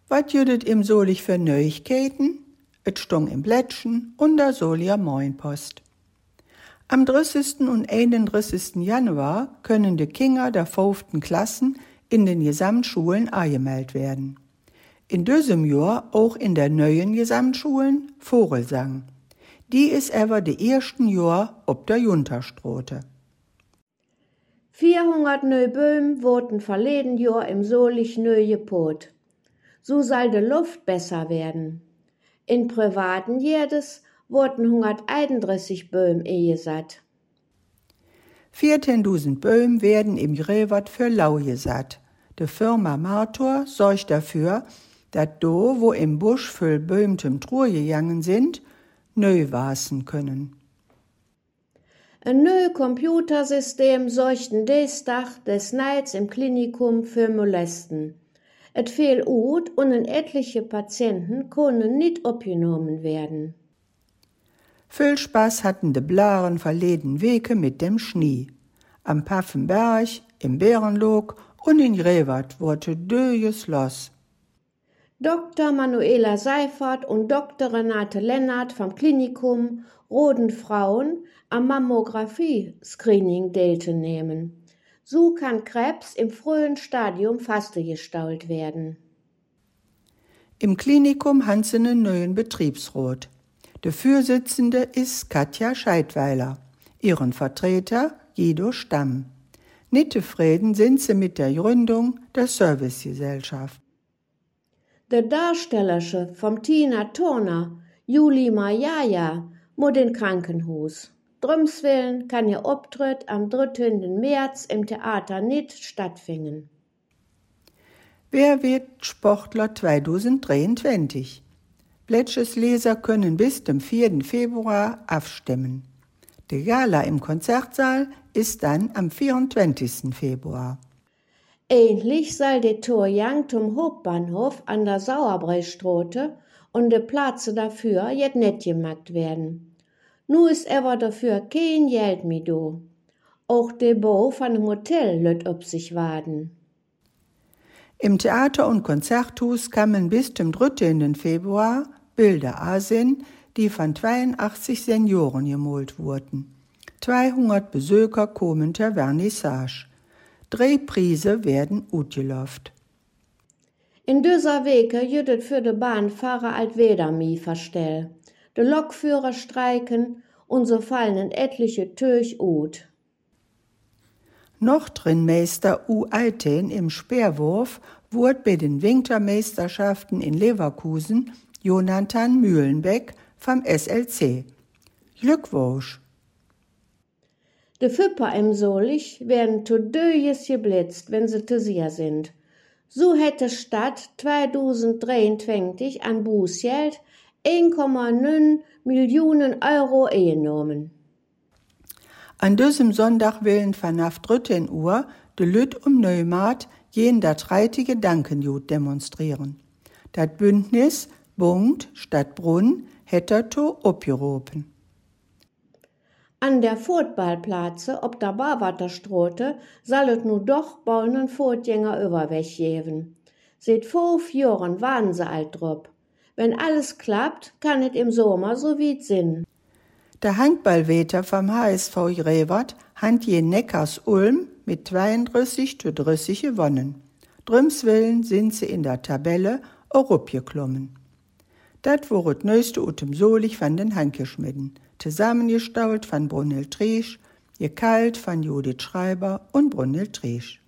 Wat jüdet im Solich für Neuigkeiten? Et stung im Blättchen und der Solier Moinpost. Am 30. und 31. Januar können die Kinder der 5. Klassen in den Gesamtschulen angemeldet werden. In diesem Jahr auch in der neuen Gesamtschulen Vogelsang. Die ist aber die ersten Jahr ob der Junterstrote. 400 neue Böhm wurden verleden Jahr im Solich neu gepot. So soll die Luft besser werden. In privaten Jerdes wurden 131 Böhm eingesatt. 14.000 Böhm werden im Grewert für lau gesat. Die Firma Martor sorgt dafür, dass do, wo im Busch voll Böhm zum Truhe gegangen sind, neu wasen können. Ein neues Computersystem sorgten des Tag des Nights im Klinikum für Molesten. Et fehl ut und etliche Patienten können nicht aufgenommen werden. Viel Spaß hatten die Blaren verleden Wege mit dem Schnee. Am Paffenberg, im Bärenlog und in Grewert wurde döjes los. Dr. Manuela Seifert und Dr. Renate Lennart vom Klinikum roden Frauen am Mammographie-Screening teilzunehmen. So kann Krebs im frühen Stadium festgestellt werden. Im Klinikum haben sie einen neuen Betriebsrat. Der Vorsitzende ist Katja Scheidweiler, ihren Vertreter Guido Stamm. Nicht zufrieden sind sie mit der Gründung der Servicegesellschaft. Der Darstellersche vom Tina Turner, Juli Majaya, muss in Krankenhaus. Drumswillen kann ihr Auftritt am 13. März im Theater nicht stattfinden. Wer wird Sportler 2023? Blätschesleser können bis zum 4. Februar abstimmen. Die Gala im Konzertsaal ist dann am 24. Februar. Ähnlich soll der Torjang zum Hauptbahnhof an der Sauerbreichstraße und der Platz dafür jetzt nicht gemacht werden. Nu ist aber dafür kein Geld mehr da. Auch der Bau von einem Hotel lässt auf sich warten. Im Theater- und Konzerthus kamen bis zum 13. Februar Bilder ansehen, die von 82 Senioren gemalt wurden. 200 Besucher kommen zur Vernissage. 3 Preise werden ausgelaufen. In dieser Woche jüdet für die Bahnfahrer alt Wedermi verstellt. Die Lokführer streiken und so fallen etliche Töch ut. Noch Meister U18 im Speerwurf wurde bei den Wintermeisterschaften in Leverkusen Jonathan Mühlenbeck vom SLC. Glückwunsch! Die Füpper im Solich werden zu Döjes geblitzt, wenn sie zu sehr sind. So hätte Stadt 2023 an Bußgeld 1,9 Millionen Euro eingenommen. An diesem Sonntag willen vanaf 13 Uhr de Lüt Neumarkt jen dat reite Gedankenjud demonstrieren. Dat Bündnis Bund Stadt Brunn hätte to opgeropen. An der Fußballplatze ob der Barwaterstraße soll es nu doch bald einen Fußgänger Überweg geben. Seit 5 Jahren waren sie alt drop. Wenn alles klappt, kann es im Sommer so weit sein. Der Handballweter vom HSV Grewert hat jen Neckars Ulm mit 32:30 gewonnen. Drumswillen sind sie in der Tabelle auch abgeklommen. Das war das neueste ut dem Solich von den Handgeschmitten, zusammengestaut von Brunhild Triesch, gekalt von Judith Schreiber und Brunhild Triesch.